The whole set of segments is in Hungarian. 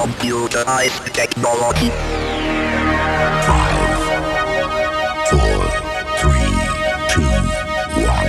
Computerized technology. 5, 4, 3, 2, 1, 0.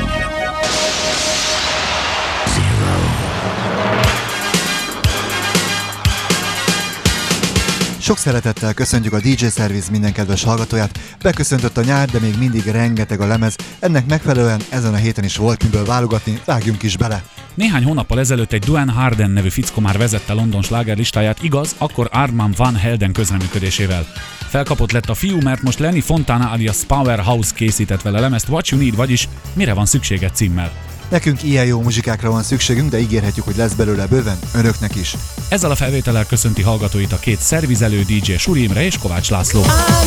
Sok szeretettel köszöntjük a DJ Service minden kedves hallgatóját. Beköszöntött a nyár, de még mindig rengeteg a lemez. Ennek megfelelően ezen a héten is volt miből válogatni, vágjunk is bele. Néhány hónappal ezelőtt egy Duane Harden nevű fickó már vezette London slágerlistáját, igaz, akkor Armand Van Helden közreműködésével. Felkapott lett a fiú, mert most Lenny Fontana alias Powerhouse készített vele lemezt What You Need, vagyis Mire van szükséged címmel. Nekünk ilyen jó muzsikákra van szükségünk, de ígérhetjük, hogy lesz belőle bőven önöknek is. Ezzel a felvétellel köszönti hallgatóit a két szervizelő DJ Suri Imre és Kovács László.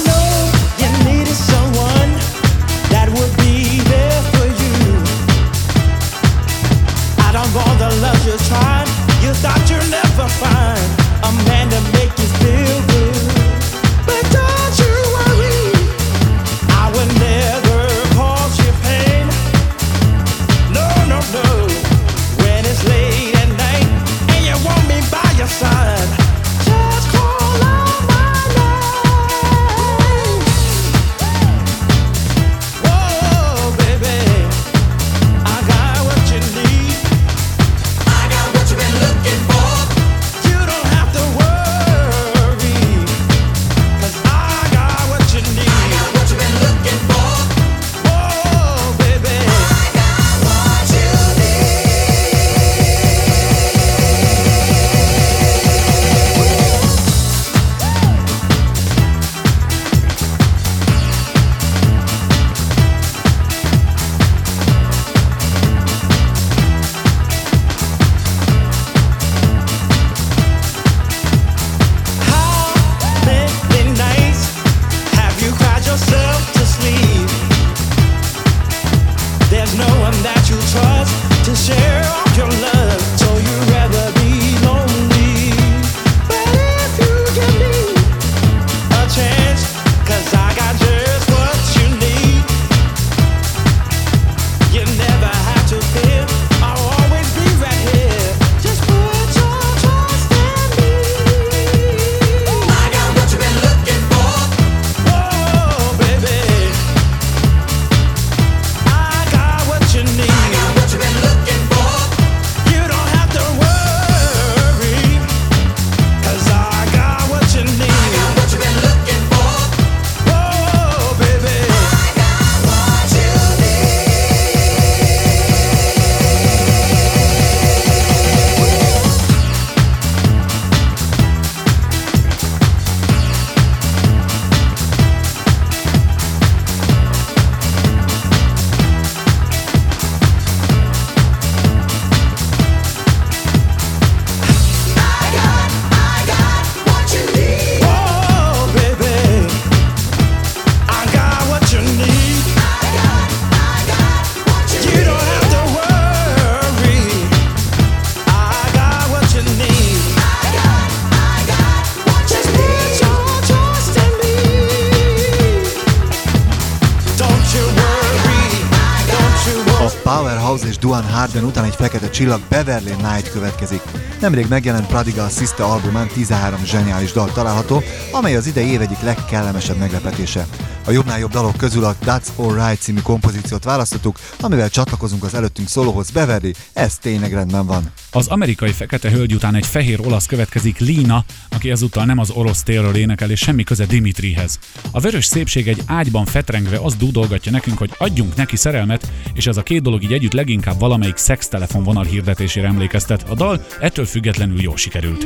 És Duane Harden után egy fekete csillag, Beverly Knight következik. Nemrég megjelent Prodigal Sister albumán 13 zseniális dal található, amely az idei év egyik legkellemesebb meglepetése. A jobbnál jobb dalok közül a That's Alright című kompozíciót választottuk, amivel csatlakozunk az előttünk szólóhoz. Beverly, ez tényleg rendben van. Az amerikai fekete hölgy után egy fehér olasz következik, Lina, aki ezúttal nem az orosz térről énekel és semmi köze Dimitrihez. A vörös szépség egy ágyban fetrengve azt dúdolgatja nekünk, hogy adjunk neki szerelmet, és ez a két dolog így együtt leginkább valamelyik szextelefon vonal hirdetésére emlékeztet. A dal ettől függetlenül jól sikerült.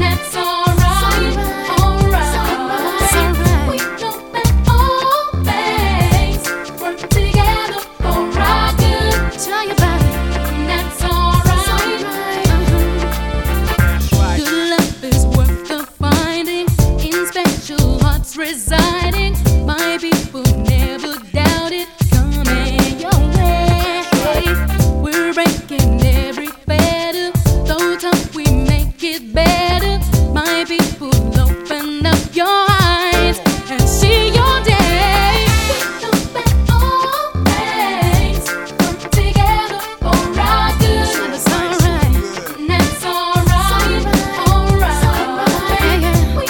Residing, my people never doubt it. Coming your way, we're breaking every fetter. Though tough, we make it better. My people, open up your eyes and see your day. We know that all things come together for our good. That's alright, that's alright, alright. We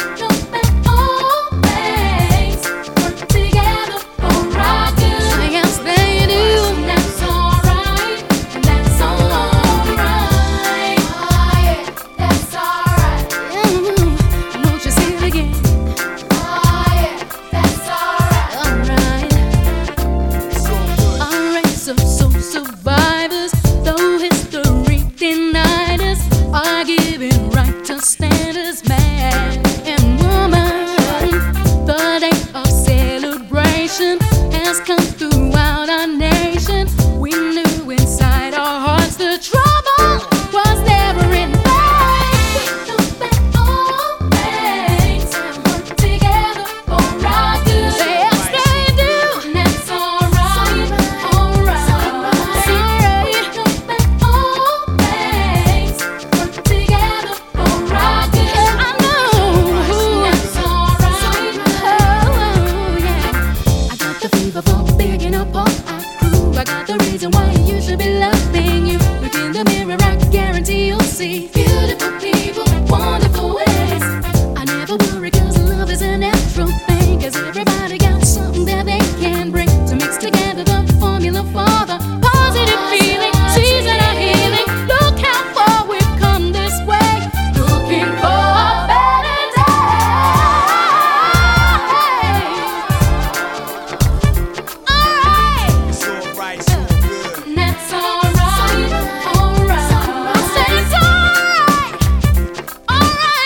wonderful ways. I never worry 'cause love is a natural thing. 'Cause everybody got something that they can bring to mix together the formula for the positive feeling. Season of healing. Look how far we've come this way. Looking for a better day. Alright. It's alright, so good. That's alright. Alright. I say it's alright. Alright.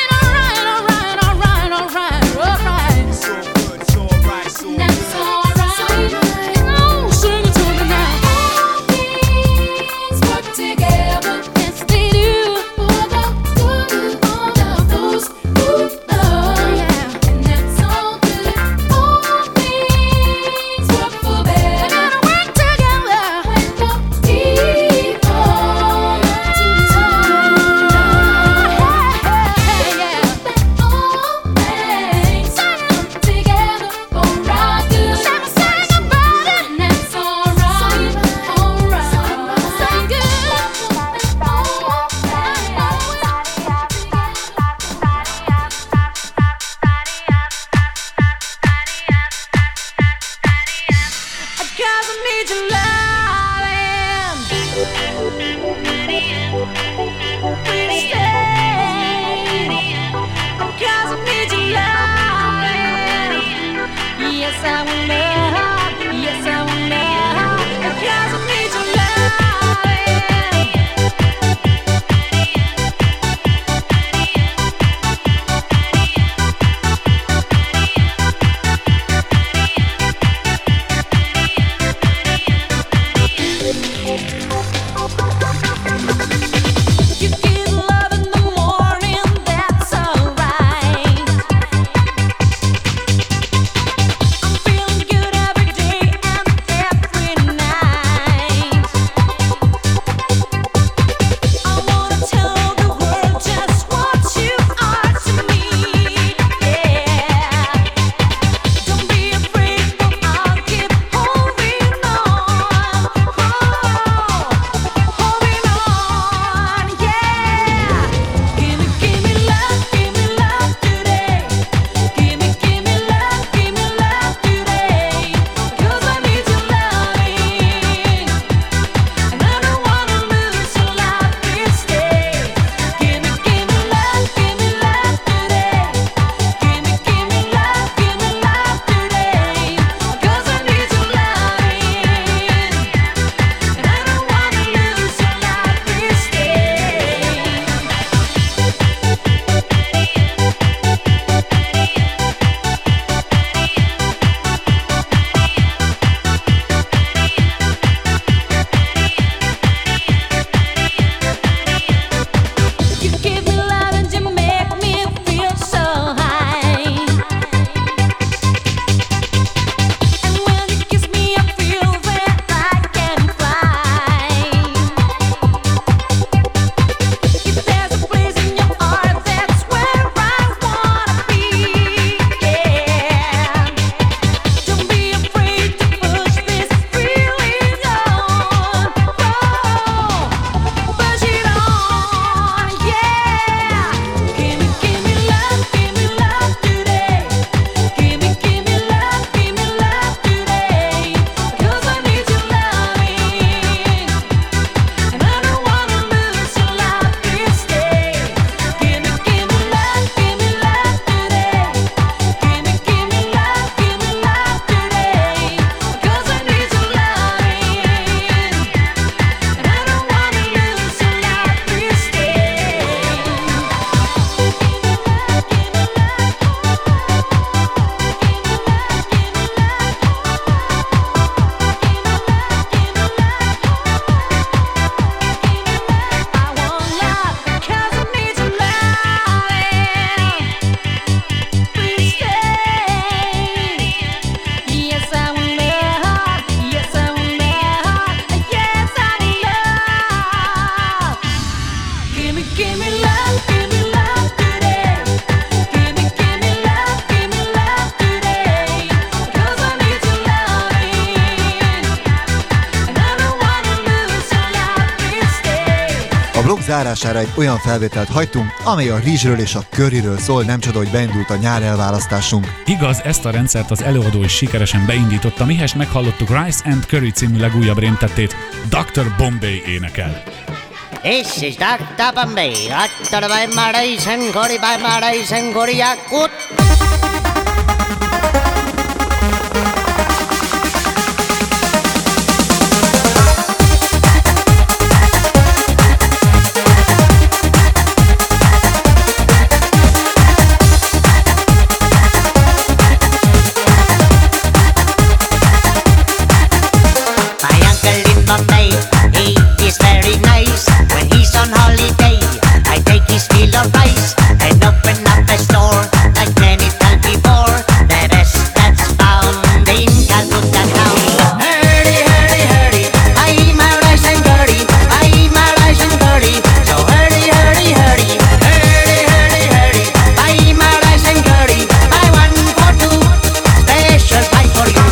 blog zárására egy olyan felvételt hagytunk, amely a rizsről és a curryről szól, nem csoda, hogy beindult a nyár elválasztásunk. Igaz, ezt a rendszert az előadó is sikeresen beindította, mihez meghallottuk Rice and Curry című legújabb rémtettét, Dr. Bombay énekel. This is Dr. Bombay, Dr. by Marais and Gory by Marais and Gory Yakut. Rice and open up a store like many times before. The best that's found in Calcutta town. Hurry, hurry, hurry! I eat my rice and curry. I eat my rice and curry. So hurry, hurry, hurry! Hurry, hurry, hurry! I eat my rice and curry. Buy one for two, special buy for you.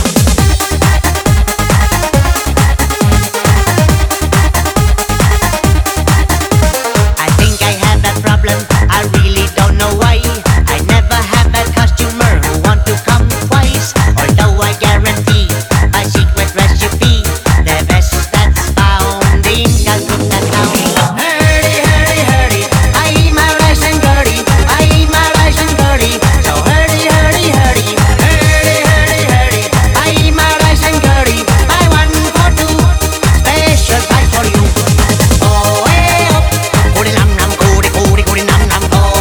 I really don't know why. I never have a customer who want to come twice. Although I guarantee my secret recipe, the best that's found in Calcutta town. Hurry, hurry, hurry! I eat my rice and curry. I eat my rice and curry. So hurry, hurry, hurry! Hurry, hurry, hurry! I eat my rice and curry. Buy one for two, special buy for you. Oh, hey, up! Kuri nam nam, kuri kuri kuri nam nam.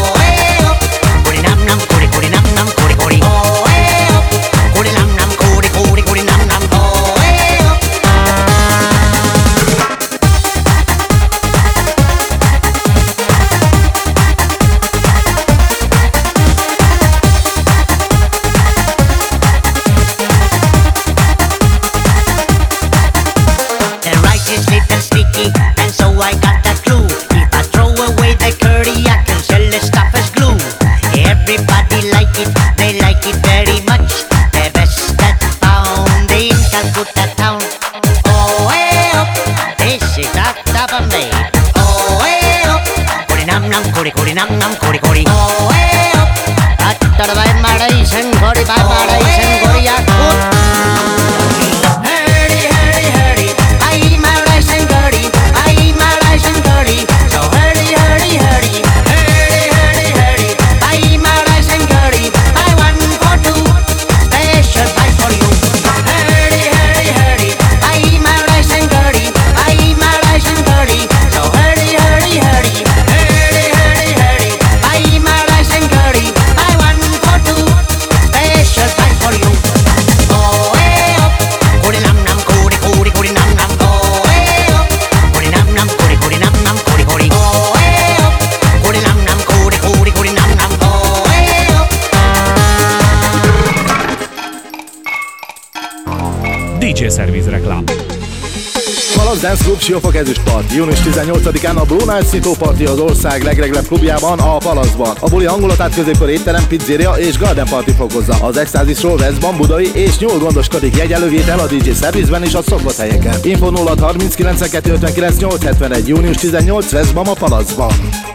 DJ Service reklám. Palasz Dance Club Siófok ezüstpart. Június 18-án a Blue Night Szitó Party az ország legreglebb klubjában, a Palaszban. A buli hangulatát középkor étterem, pizzéria és garden party fokozza. Az Extázisról Veszban, Budai és nyúl gondoskodik, jegyelővétel a DJ Service-ben és a szokott helyeken. Info 0630 92 59 871. Június 18 Veszban, a Palaszban.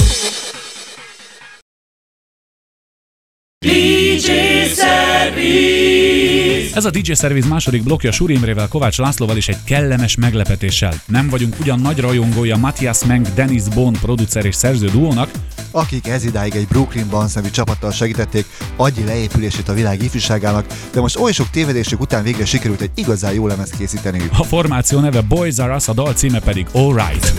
DJ Service. Ez a DJ Service második blokkja Suri Imrével, Kovács Lászlóval és egy kellemes meglepetéssel. Nem vagyunk ugyan nagy rajongója Matthias Menk, Dennis Bond producer és szerző duónak, akik ezidáig egy Brooklyn Bands nevű csapattal segítették agyi leépülését a világ ifjúságának, de most oly sok tévedésük után végre sikerült egy igazán jó lemezt készíteniük. A formáció neve Boys Are Us, a dal címe pedig All Right.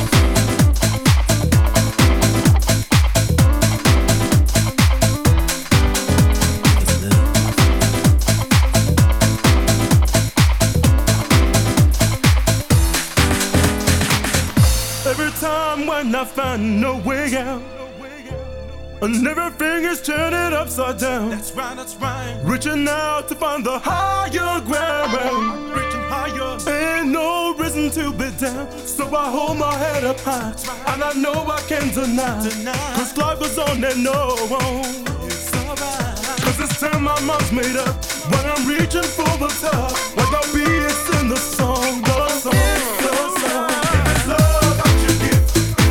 When I find no way out, and everything is turning upside down. That's right, that's right. Reaching out to find the higher ground. Reaching higher. Ain't no reason to be down, so I hold my head up high. Right. And I know I can't deny. Cause life goes on and no. It's alright. Cause this time my mind's made up. When I'm reaching for the top, like I'll be in the song, the song, the song. If it's love that you give,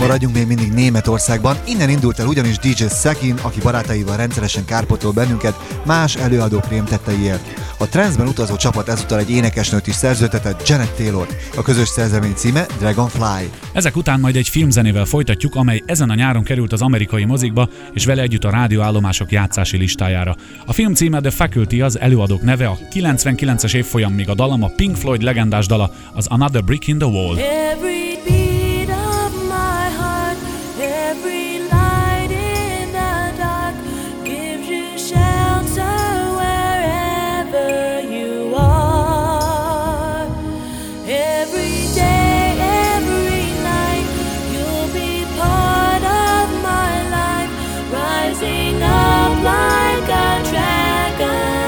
Maradjunk még mindig Németországban, innen indult el ugyanis DJ Sakin, aki barátaival rendszeresen kárpotol bennünket más előadók rémtetteiért. A transzben utazó csapat ezúttal egy énekesnőt is szerződtetett, Janet Taylort. A közös szerzemény címe Dragonfly. Ezek után majd egy filmzenével folytatjuk, amely ezen a nyáron került az amerikai mozikba, és vele együtt a rádióállomások játszási listájára. A film címe The Faculty, az előadók neve, a 99-es évfolyam, még a dallam a Pink Floyd legendás dala, az Another Brick in the Wall. Every beat of my heart, every light in the dark gives you shelter wherever you are. Every day, every night, you'll be part of my life, rising up like a dragonfly.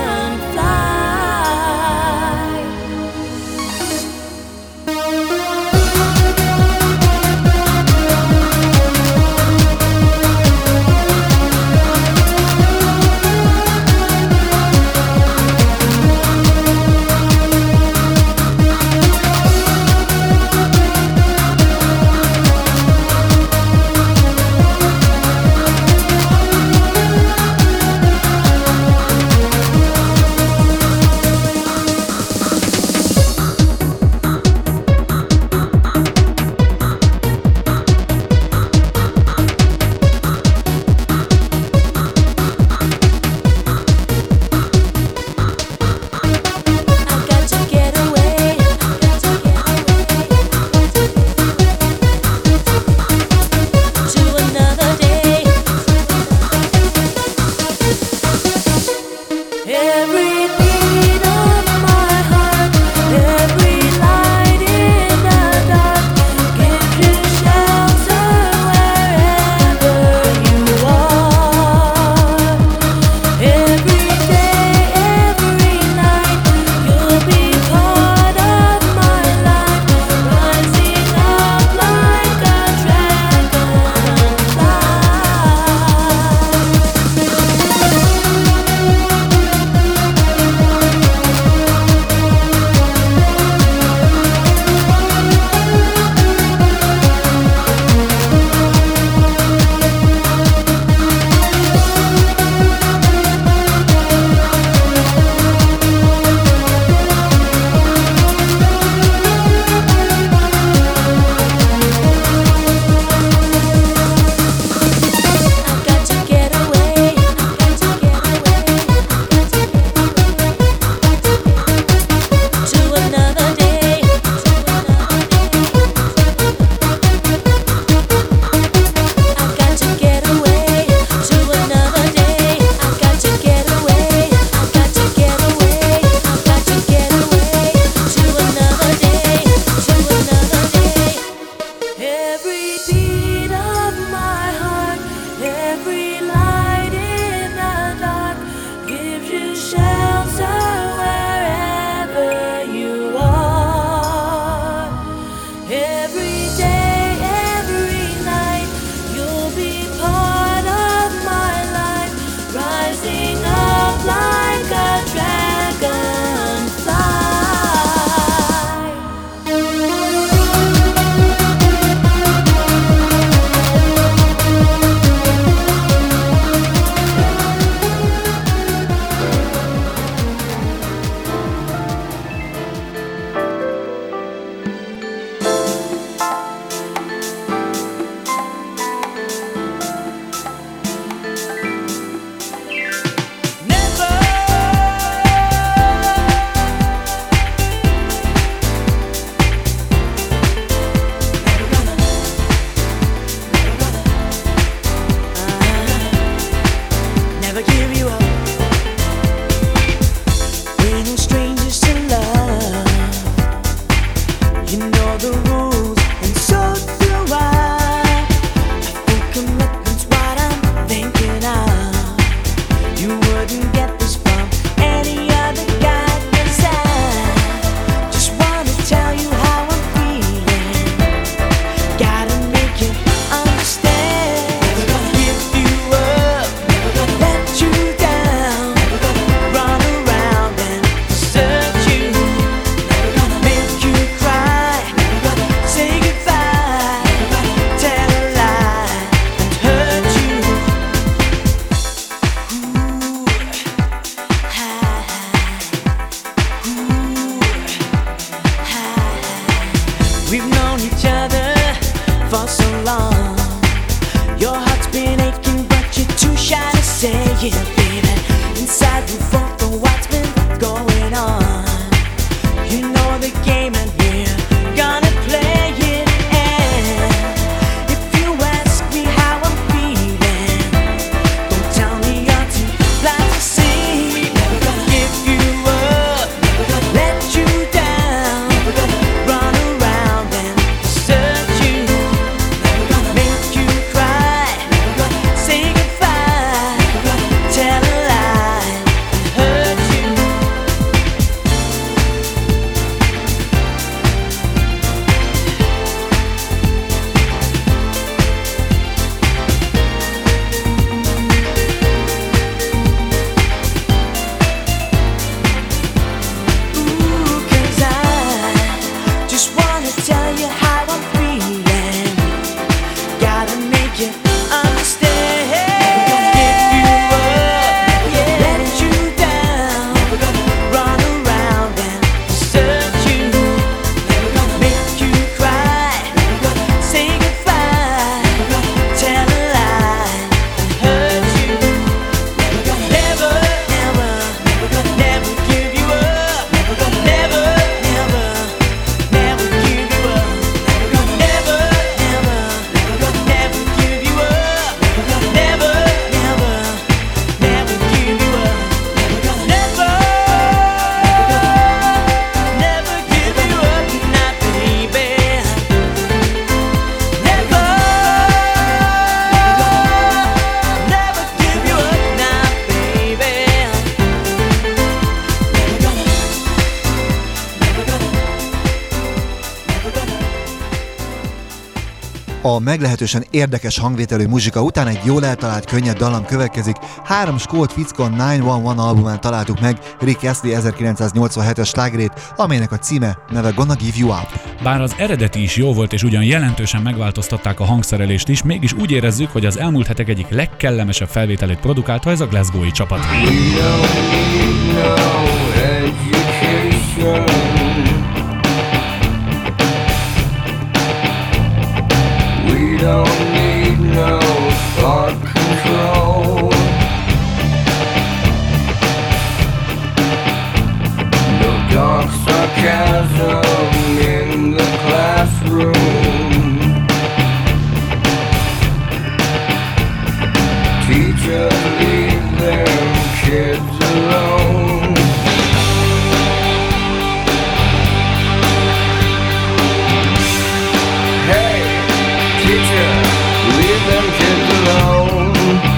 Say We've known each other for so long. Your heart's been aching, but you're too shy to say it, baby. Inside you don't know what's been going on. You know the game and we're gonna play it. And if you ask me how I'm feeling, don't tell me you're too blind to see. Never gonna give you up, never gonna let you down, never gonna run around and desert you, never gonna make you cry, never gonna say goodbye, never gonna tell a lie and hurt you. Ooh, 'cause I just wanna tell you how I'm feeling. Gotta make you understand. Never gonna give you up, never gonna let you down, never gonna run around and desert you, never gonna make you cry, never gonna say goodbye, never gonna tell a lie and hurt you. Never gonna never, never, never gonna never give you up. Never gonna never, never, never give you up. Never gonna never, never, never gonna never give you up. Never gonna never, never, never give you up. Never gonna never, never give you up, not baby. Never, never give you up, not baby. Never gonna, never gonna, never gonna. A meglehetősen érdekes hangvételű muzsika után egy jól eltalált, könnyed dallam következik. 3 skót fickon 911 albumán találtuk meg Rick Astley 1987-es slágerét, amelynek a címe neve Gonna Give You Up. Bár az eredeti is jó volt, és ugyan jelentősen megváltoztatták a hangszerelést is, mégis úgy érezzük, hogy az elmúlt hetek egyik legkellemesebb felvételét produkálta ez a glasgowi csapat. We don't need no thought control. No dark sarcasm in the classroom. Teacher, leave them kids alone. Hey, teacher, leave them kids alone.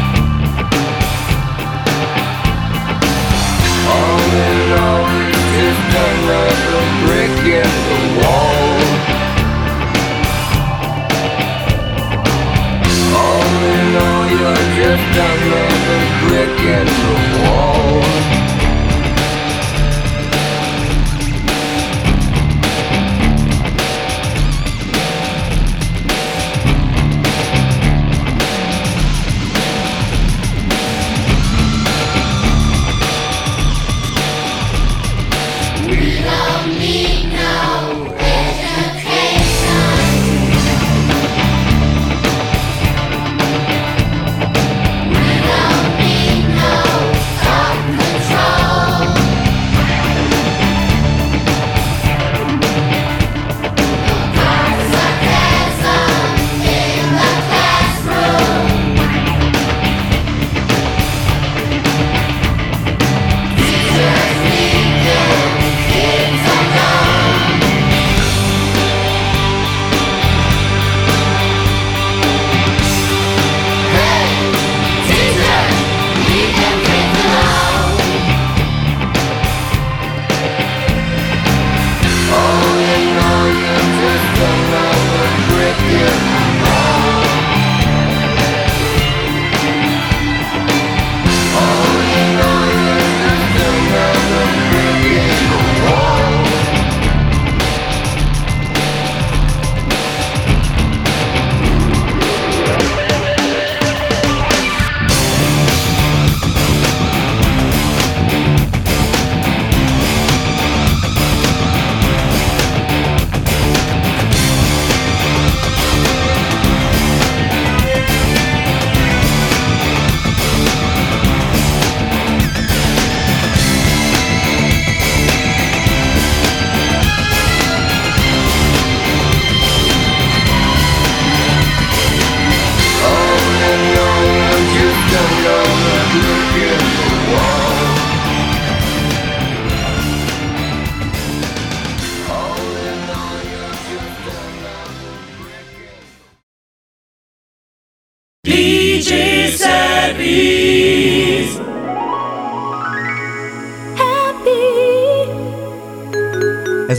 All in all, it's just another brick in the wall. All in all, you're just another brick in the wall.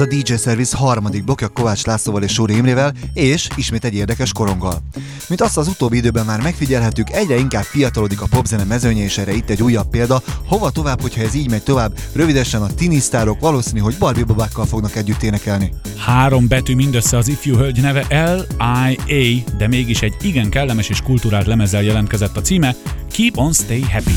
a DJ Service harmadik blokja Kovács Lászlóval és Sóri Imrével, és ismét egy érdekes koronggal. Mint azt az utóbbi időben már megfigyelhetjük, egyre inkább fiatalodik a popzene mezőnye, és erre itt egy újabb példa. Hova tovább, hogyha ez így megy tovább? Rövidesen a tinisztárok valószínű, hogy Barbie babákkal fognak együtt énekelni. 3 betű mindössze az ifjú hölgy neve L.I.A., de mégis egy igen kellemes és kulturált lemezzel jelentkezett a címe, Keep on Stay Happy.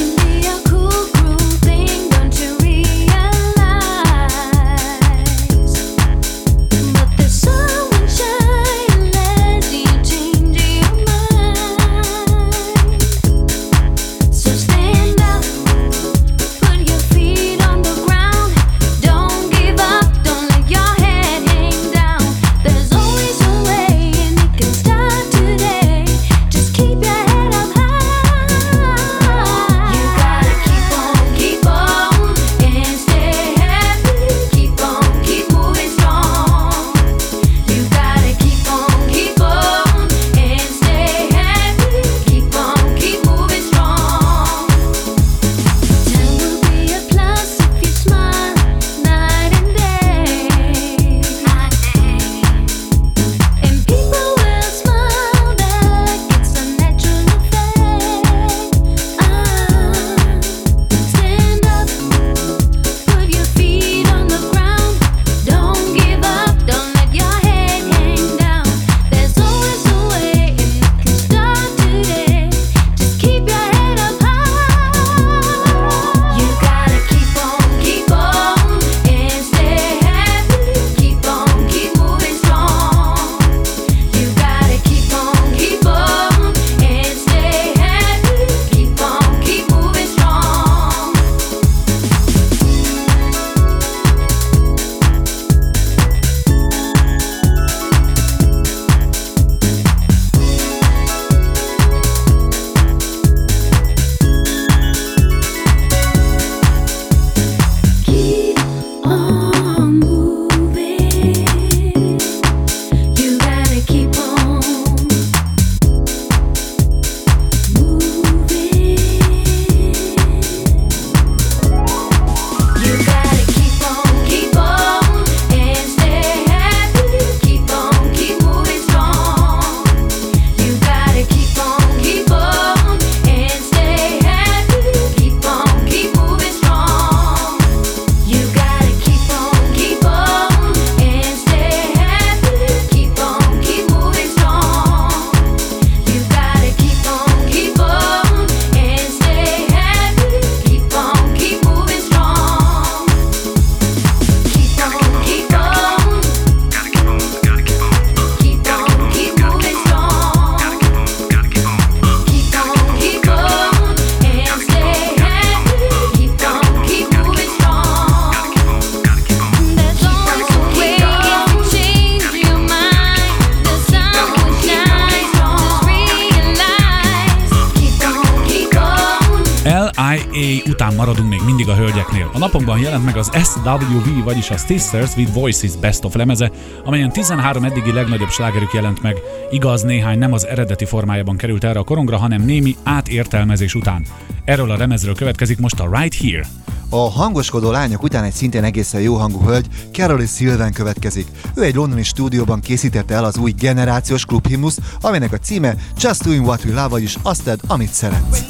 L.I.A. után maradunk még mindig a hölgyeknél. A napokban jelent meg az SWV, vagyis a Sisters with Voices Best of lemeze, amelyen 13 eddigi legnagyobb slágerük jelent meg. Igaz, néhány nem az eredeti formájában került erre a korongra, hanem némi átértelmezés után. Erről a lemezről következik most a Right Here. A hangoskodó lányok után egy szintén egészen jó hangú hölgy, Carole Sylvan következik. Ő egy londoni stúdióban készítette el az új generációs klubhimnusz, aminek a címe Just Doing What We Love, vagyis azt tedd, amit szeretsz.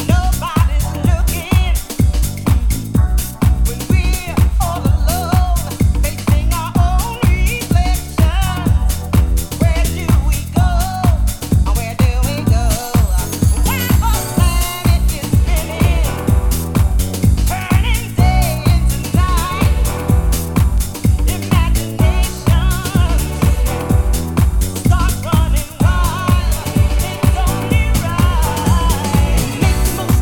Makes the most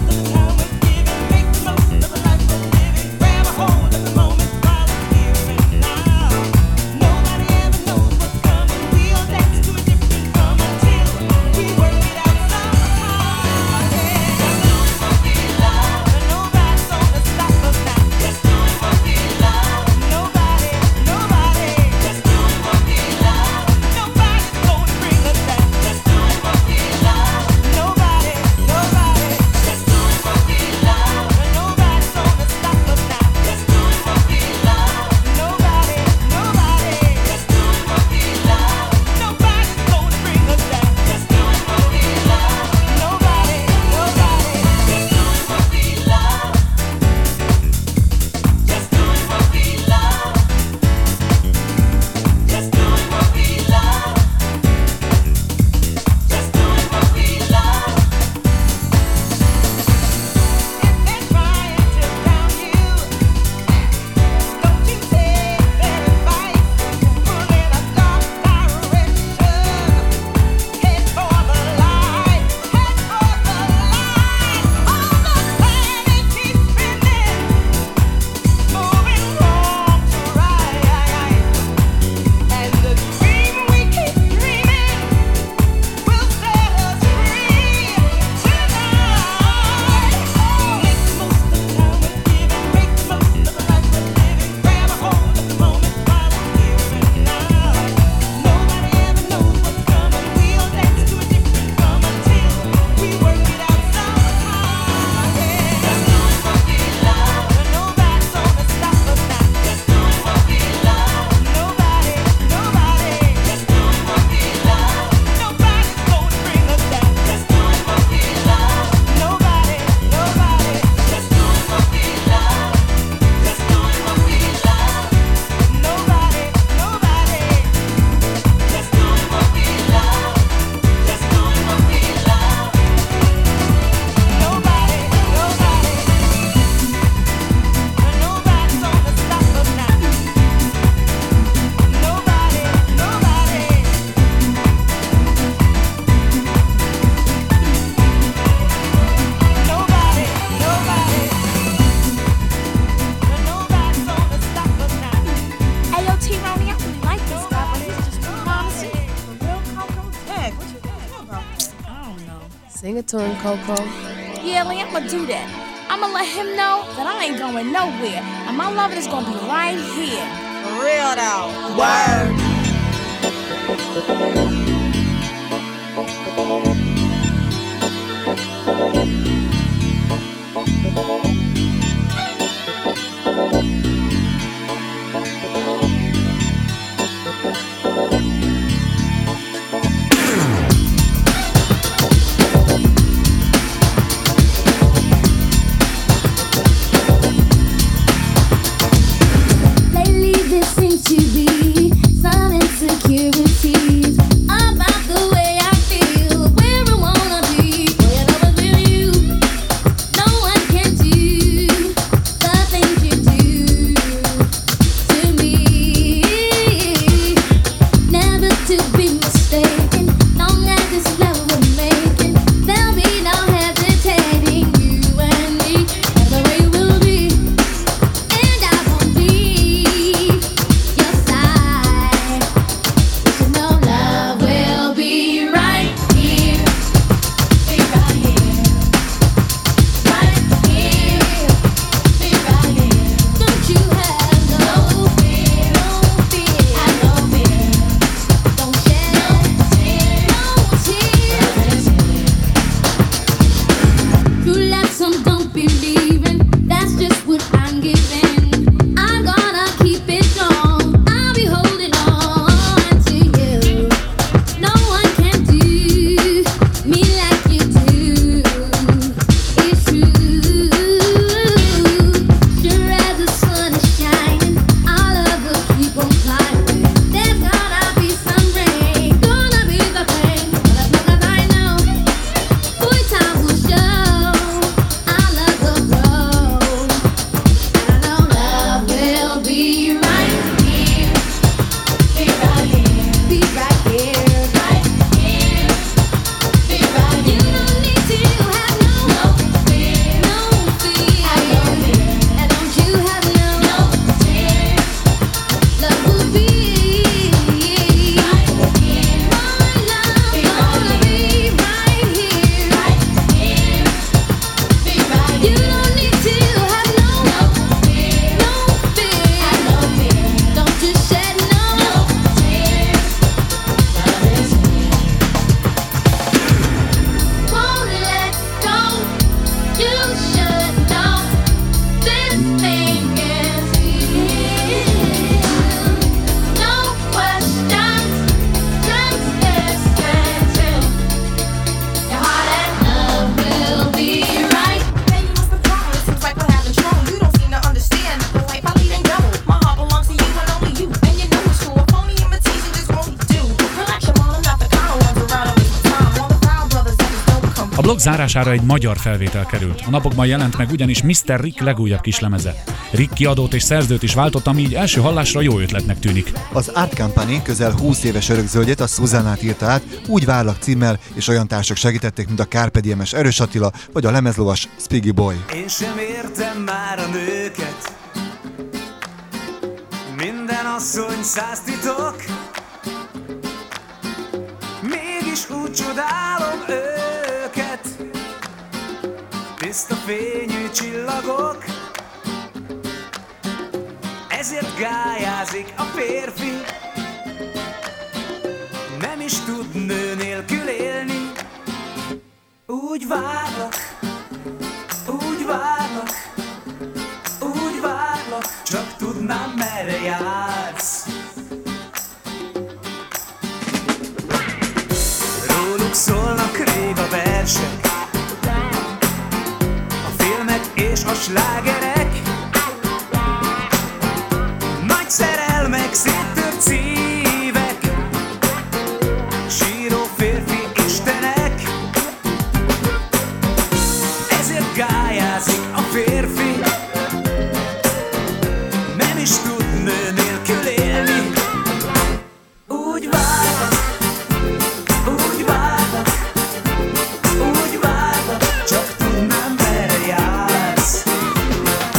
Sing it to him, Coco. Yeah, Lee, I'ma do that. I'ma let him know that I ain't going nowhere. And my loving is gonna be right here. For real though. Word. Lately there seems to be some insecurities about the way I feel, where I wanna be. Boy, I know it's with you. No one can do the things you do to me. Never to be mistaken. Long as this love we're making, there'll be no hesitating. You and me, that's the way we'll be. And I won't leave your side. You should know love will be right here. Be right here. Right here. Be right here. Don't you have no fear. No fear. Have no fear. Don't shed no tears. True love some don't believe in. That's just what I'm giving. I'm gonna keep it strong. I'll be holding on to you. No one can do me like you do. It's true. Sure as the sun is shining, our love will keep on climbing. There's gonna be some rain, gonna be the pain. But as long as I know, boy, time will show our love will grow. And I know love will be right here. Be right here. Be right here. Right here. Be right here. You don't need to have no fear. No fear. Have no fear. And don't you have no tears. Love will be right here. My love gonna be right here. Right here. Be right here. You don't need to have no fear. No fear. Have no fear. Don't you shed no tears. Love is here. Won't let go. You should know this thing is real. No questions. Just listen to your heart and love will be right. Baby, what's the problem? It seems like we're having trouble. You don't seem to understand. The life I lead ain't double. My heart belongs to you and only you. And you know it's true. A phony imitation just won't do. Relax your mind, I'm not the kind of ones around and waste my time. All the proud brothers that just don't come. A blog zárására egy magyar felvétel került. A napokban jelent meg ugyanis Mr. Rick legújabb kislemeze. Rick kiadót és szerzőt is váltott, ami így első hallásra jó ötletnek tűnik. Az Art Company közel 20 éves örökzöldjét, a Susanát írta át, Úgy várlak címmel, és olyan társak segítették, mint a Carpe Diem-es Erős Attila, vagy a lemezlovas Spiggy Boy. Én sem értem már a nőket. Minden asszony száz titok. Mégis úgy csodálom őket. Tiszta fényű csillagok. Ezért gályázik a férfi. Nem is tud nő nélkül élni. Úgy várlak, úgy várlak, úgy várlak, csak tudnám, merre jársz. Róluk szólnak rég a versek, a filmek és a slágerek, nagy szerelmek, széttört szívek, síró férfi istenek. Ezért gályázik a férfi, nem is tud nő nélkül élni. Úgy várlak, úgy várlak, úgy várlak, csak tudnám, merre jársz.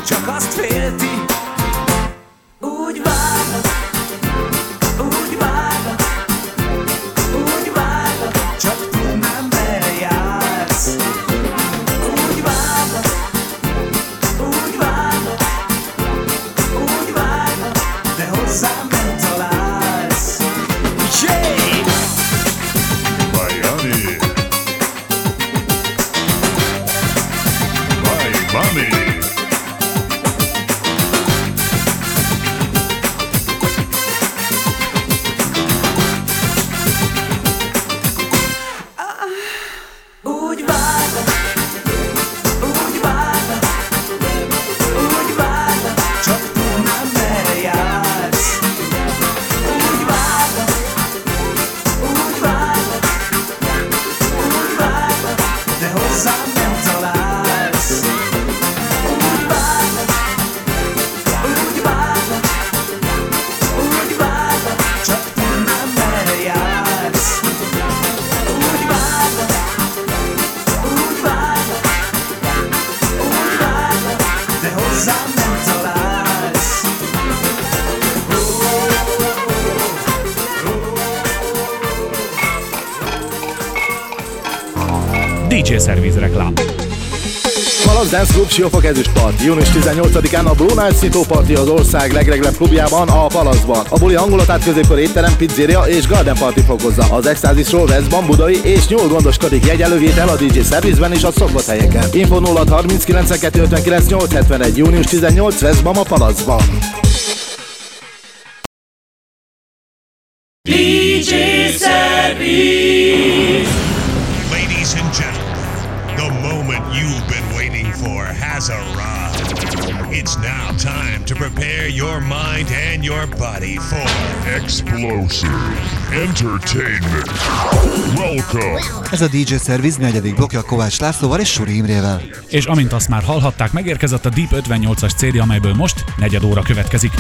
ő csak azt félti. Úgy várnak, úgy várnak, úgy várnak, csak tudnám merre jársz. Úgy várnak, úgy várnak, úgy várnak, de hozzám nem találsz. Yeah! Miami. Miami. Úgy várnak, úgy várnak, úgy várnak, csak tudnám merre jársz. Úgy várnak, úgy várnak, úgy várnak, de hozzám nem találsz. Úgy várnak, úgy várnak, úgy várnak, csak tudnám merre jársz. Úgy várnak, úgy várnak, úgy várnak, de hozzám nem találsz. DJ Service reklám. Palasz Dance Club Siófok ezüstpart. Június 18-án a Blue Nights nyitóparti az ország legreglebb klubjában, a Palaszban. A buli hangulatát középkor étterem, pizzeria és garden party fokozza. Az Extázisról Veszban, Budai és Nyúl gondoskodik. Jegyelővétel a DJ Service-ben és a szokott helyeken. Info 0630 92 59 871. Június 18 Veszban, a Palaszban. DJ Service. Ladies and gentlemen, the moment you've been waiting for has arrived. It's now time to prepare your mind and your body for explosive entertainment. Welcome! Ez a DJ Service 4. blokkja Kovács Lászlóval és Suri Imrével. És amint azt már hallhatták, megérkezett a Deep 58-as CD, amelyből most negyed óra következik.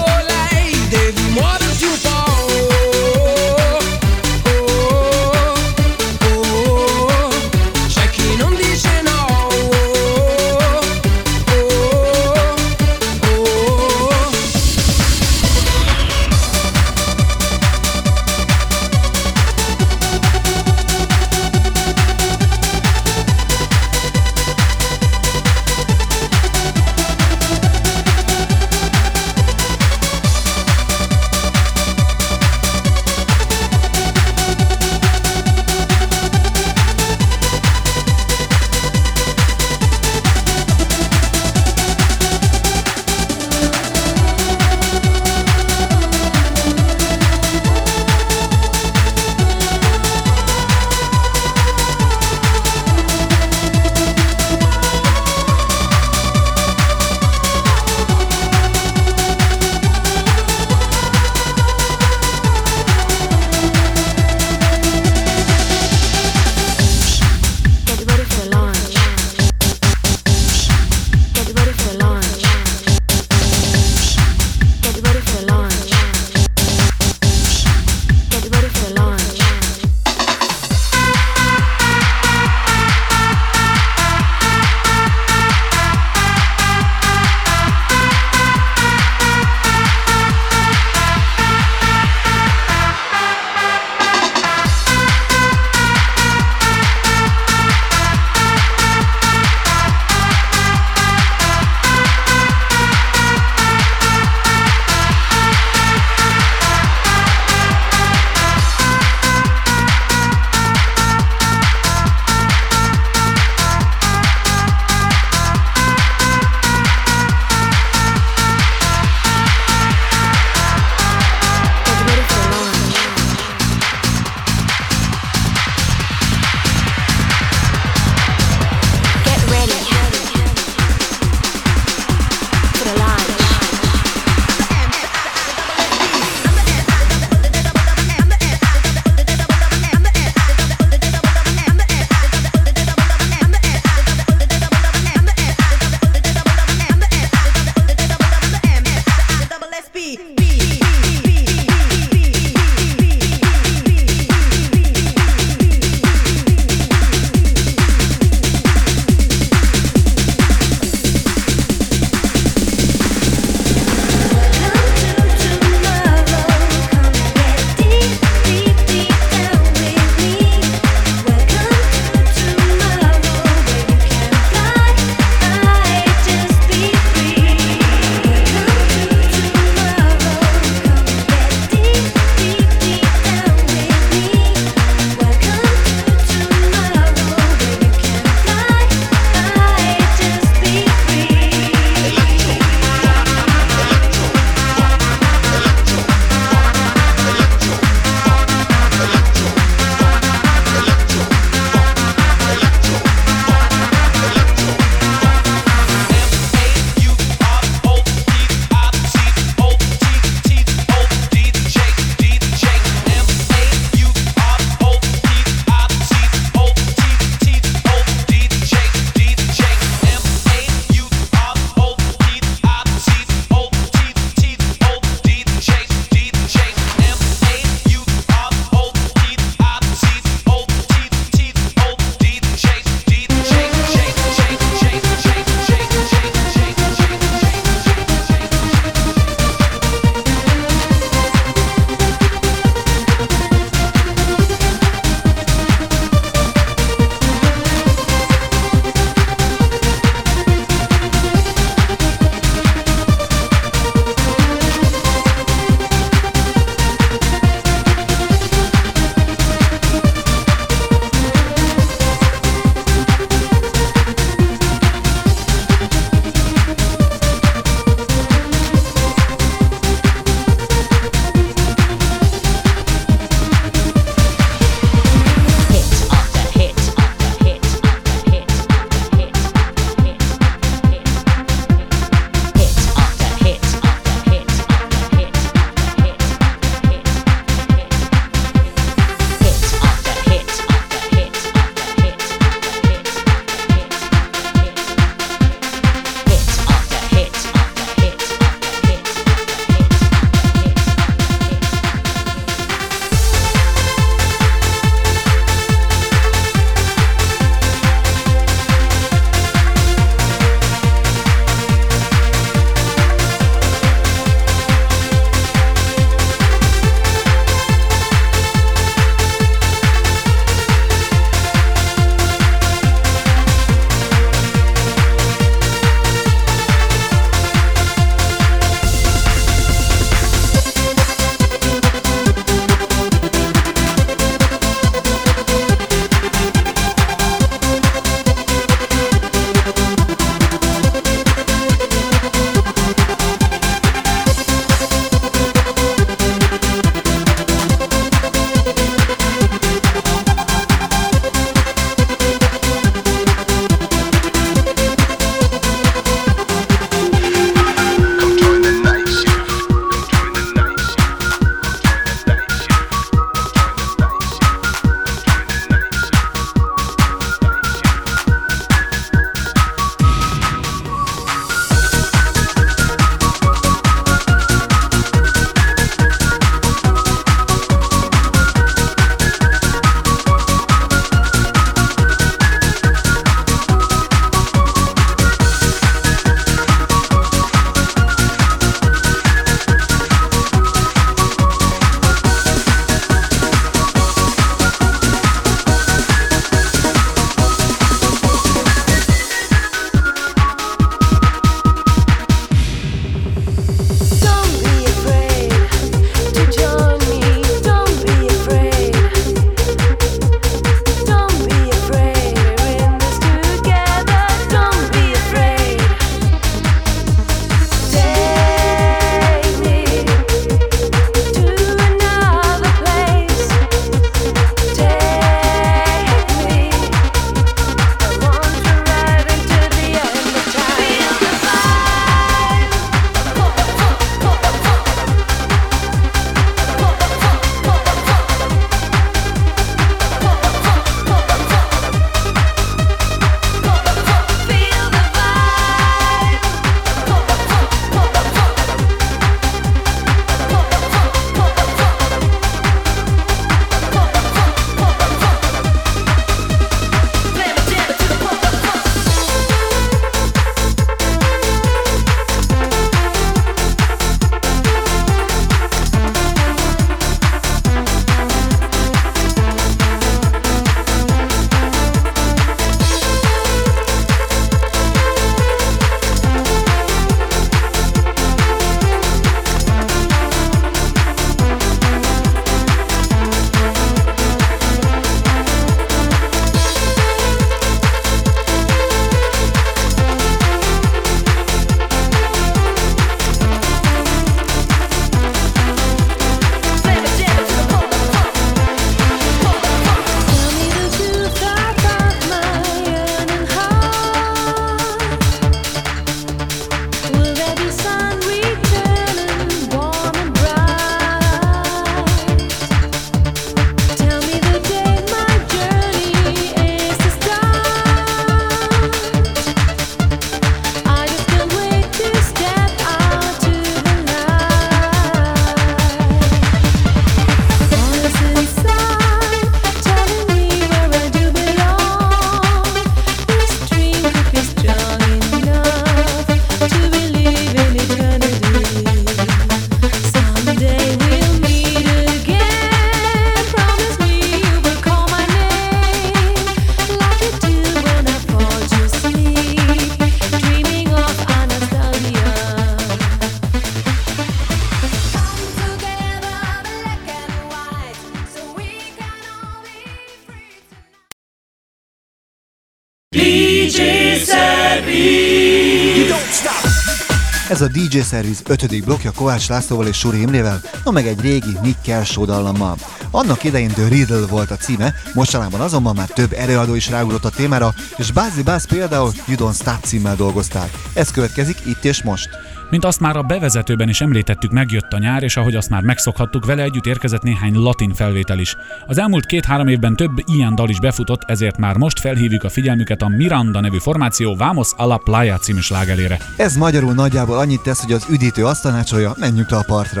Ez a DJ Service 5. blokkja Kovács Lászlóval és Suri Imrével, no meg egy régi Nick Kershaw dallammal. Annak idején The Riddle volt a címe, mostanában azonban már több előadó is ráugrott a témára, és Buzzy Buzz például You Don't Stop címmel dolgozták. Ez következik itt és most. Mint azt már a bevezetőben is említettük, megjött a nyár, és ahogy azt már megszokhattuk, vele együtt érkezett néhány latin felvétel is. Az elmúlt 2-3 évben több ilyen dal is befutott, ezért már most felhívjuk a figyelmüket a Miranda nevű formáció Vamos a la Playa című slágerére. Ez magyarul nagyjából annyit tesz, hogy az üdítő azt tanácsolja, menjünk le a partra.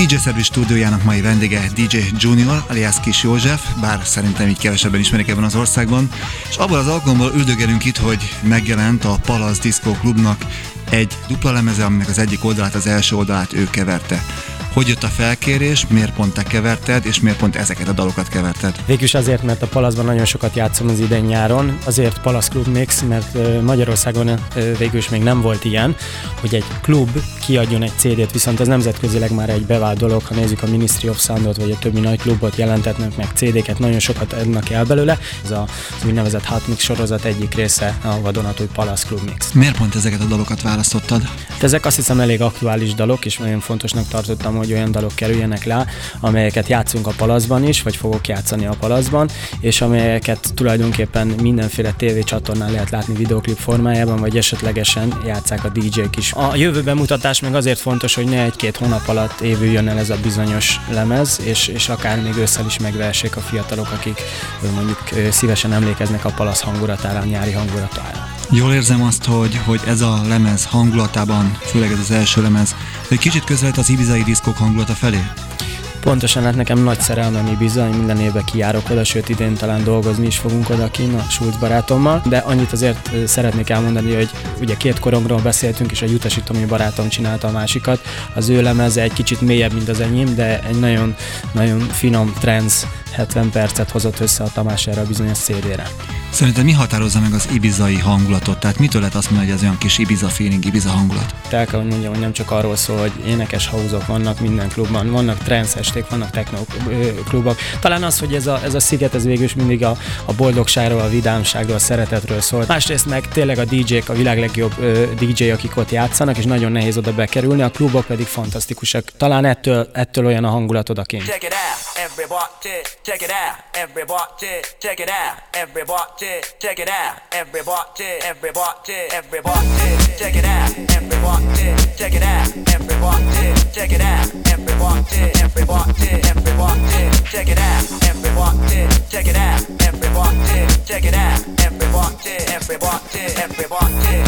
DJ Service stúdiójának mai vendége DJ Junior, alias Kis József, bár szerintem így kevesebben ismerik ebben az országban, és abból az alkalomból üldögelünk itt, hogy megjelent a Palace Disco Klubnak egy dupla lemeze, aminek az egyik oldalát, az első oldalát ő keverte. Hogy jött a felkérés, miért pont te keverted, és miért pont ezeket a dalokat keverted? Végülis azért, mert a Palaszban nagyon sokat játszom az idén nyáron, azért Palace Club Mix, mert Magyarországon végülis még nem volt ilyen, hogy egy klub kiadjon egy CD-t, viszont ez nemzetközileg már egy bevált dolog, ha nézzük a Ministry of Soundot, vagy a többi nagy klubot jelentetnek meg CD-ket, nagyon sokat adnak el belőle. Ez az úgynevezett Hot Mix sorozat egyik része a vadonatúj Palace Club Mix. Miért pont ezeket a dalokat választottad? Ezek azt hiszem elég aktuális dalok, és nagyon fontosnak tartottam, hogy olyan dalok kerüljenek le, amelyeket játszunk a Palaszban is, vagy fogok játszani a Palaszban, és amelyeket tulajdonképpen mindenféle tévécsatornán lehet látni videoklip formájában, vagy esetlegesen játsszák a DJ-k is. A jövő bemutatás meg azért fontos, hogy ne egy-két hónap alatt évüljön el ez a bizonyos lemez, és akár még ősszel is megvehessék a fiatalok, akik mondjuk szívesen emlékeznek a Palasz hangulatára, a nyári hangulatára. Jól érzem azt, hogy ez a lemez hangulatában, főleg ez az első lemez, egy kicsit közelít az ibizai diszkók hangulata felé? Pontosan, hát nekem nagy szerelmem Ibiza, én minden évben kijárok oda, sőt idén talán dolgozni is fogunk oda kint a Schulz barátommal, de annyit azért szeretnék elmondani, hogy ugye két korongról beszéltünk, és a Jutasi barátom csinálta a másikat. Az ő lemeze egy kicsit mélyebb, mint az enyém, de egy nagyon, nagyon finom trance 70 percet hozott össze a Tamás erre a bizonyos CD-re. Szerinted mi határozza meg az ibizai hangulatot? Tehát mitől lehet azt mondani, hogy ez olyan kis Ibiza feeling, Ibiza hangulat? El kell, hogy mondjam, hogy nem csak arról szól, hogy énekes house-ok vannak minden klubban, vannak trance esték, vannak techno klubok. Talán az, hogy ez a sziget, ez végül is mindig a boldogságról, a vidámságról, a szeretetről szól. Másrészt meg tényleg a DJ-k, a világ legjobb DJ, akik ott játszanak, és nagyon nehéz oda bekerülni, a klubok pedig fantasztikusak. Talán ettől olyan a hangulat odakint. Check it out, everybody, check it out, everybody, check it out, everybody, check it out, everybody, everybody, everybody, check it out, everybody, check it out, everybody, check it out, everybody, everybody, everybody, check it out, everybody, check it out, everybody, check it out, everybody, everybody, everybody.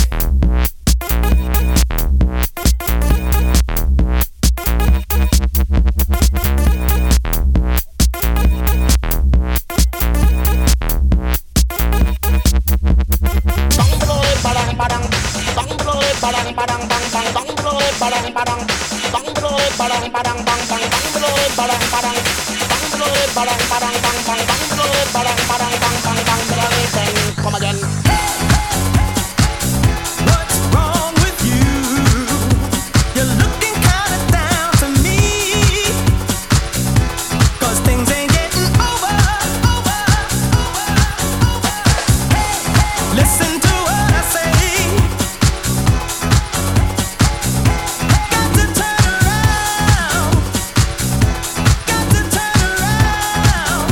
Come again. What's wrong with you? You're looking kinda down to me, 'cause things ain't getting over. Listen to what I say. Got to turn around. Got to turn around.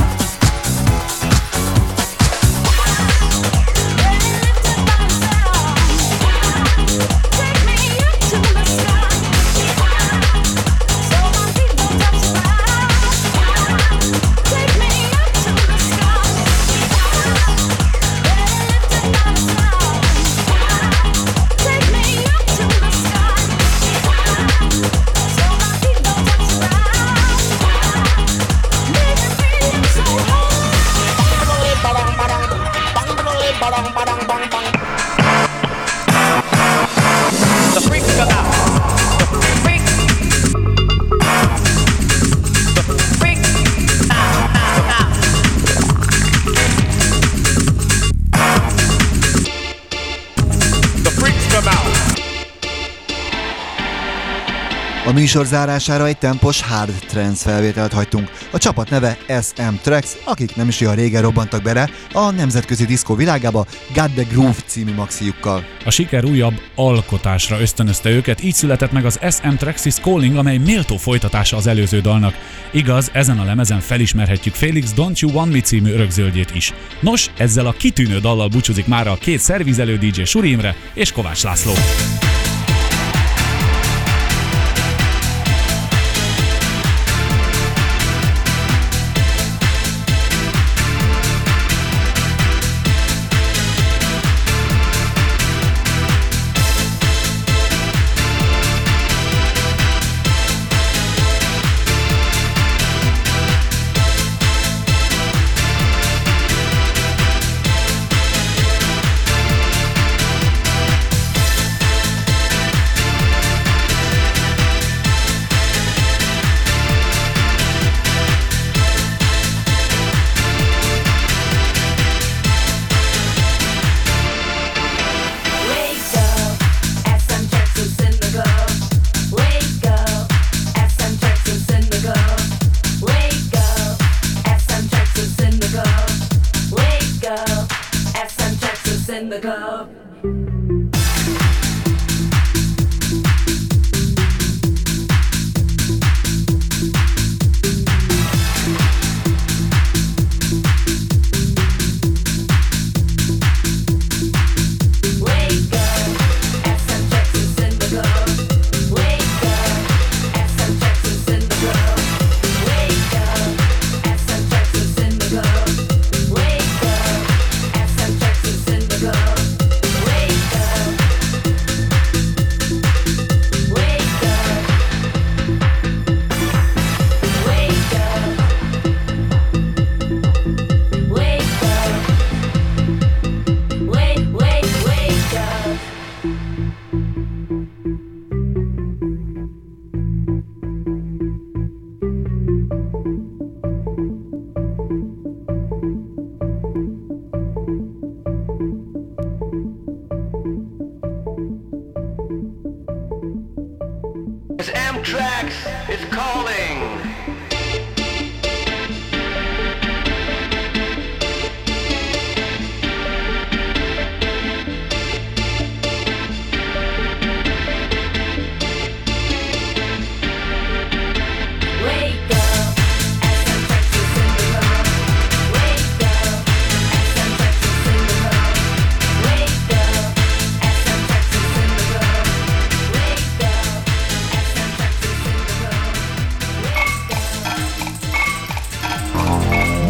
A műsor zárására egy tempos hard trance felvételt hagytunk. A csapat neve SM Tracks, akik nem is olyan régen robbantak bele a nemzetközi diszkó világába Got the Groove című maxijukkal. A siker újabb alkotásra ösztönözte őket, így született meg az SM Tracks is Calling, amely méltó folytatása az előző dalnak. Igaz, ezen a lemezen felismerhetjük Felix Don't You Want Me című örökzöldjét is. Nos, ezzel a kitűnő dallal búcsúzik mára a két szervizelő DJ Suri Imre és Kovács László.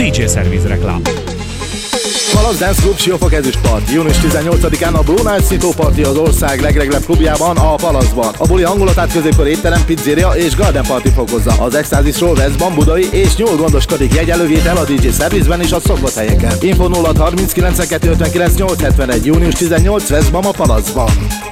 DJ Service reklám. Palasz Dance Club Siófok ezüstpart. Június 18-án a Blue Nights Nyitó Party az ország legreglebb klubjában, a Palaszban. A buli hangulatát középkor étterem, pizzeria és garden party fokozza. Az Extázisról Veszban, Budai és Nyúl gondoskodik, jegyelővétel a DJ Service-ben és a szombathelyeken. Info 06 30 92 59 871. Június 18 Veszban, a Palaszban.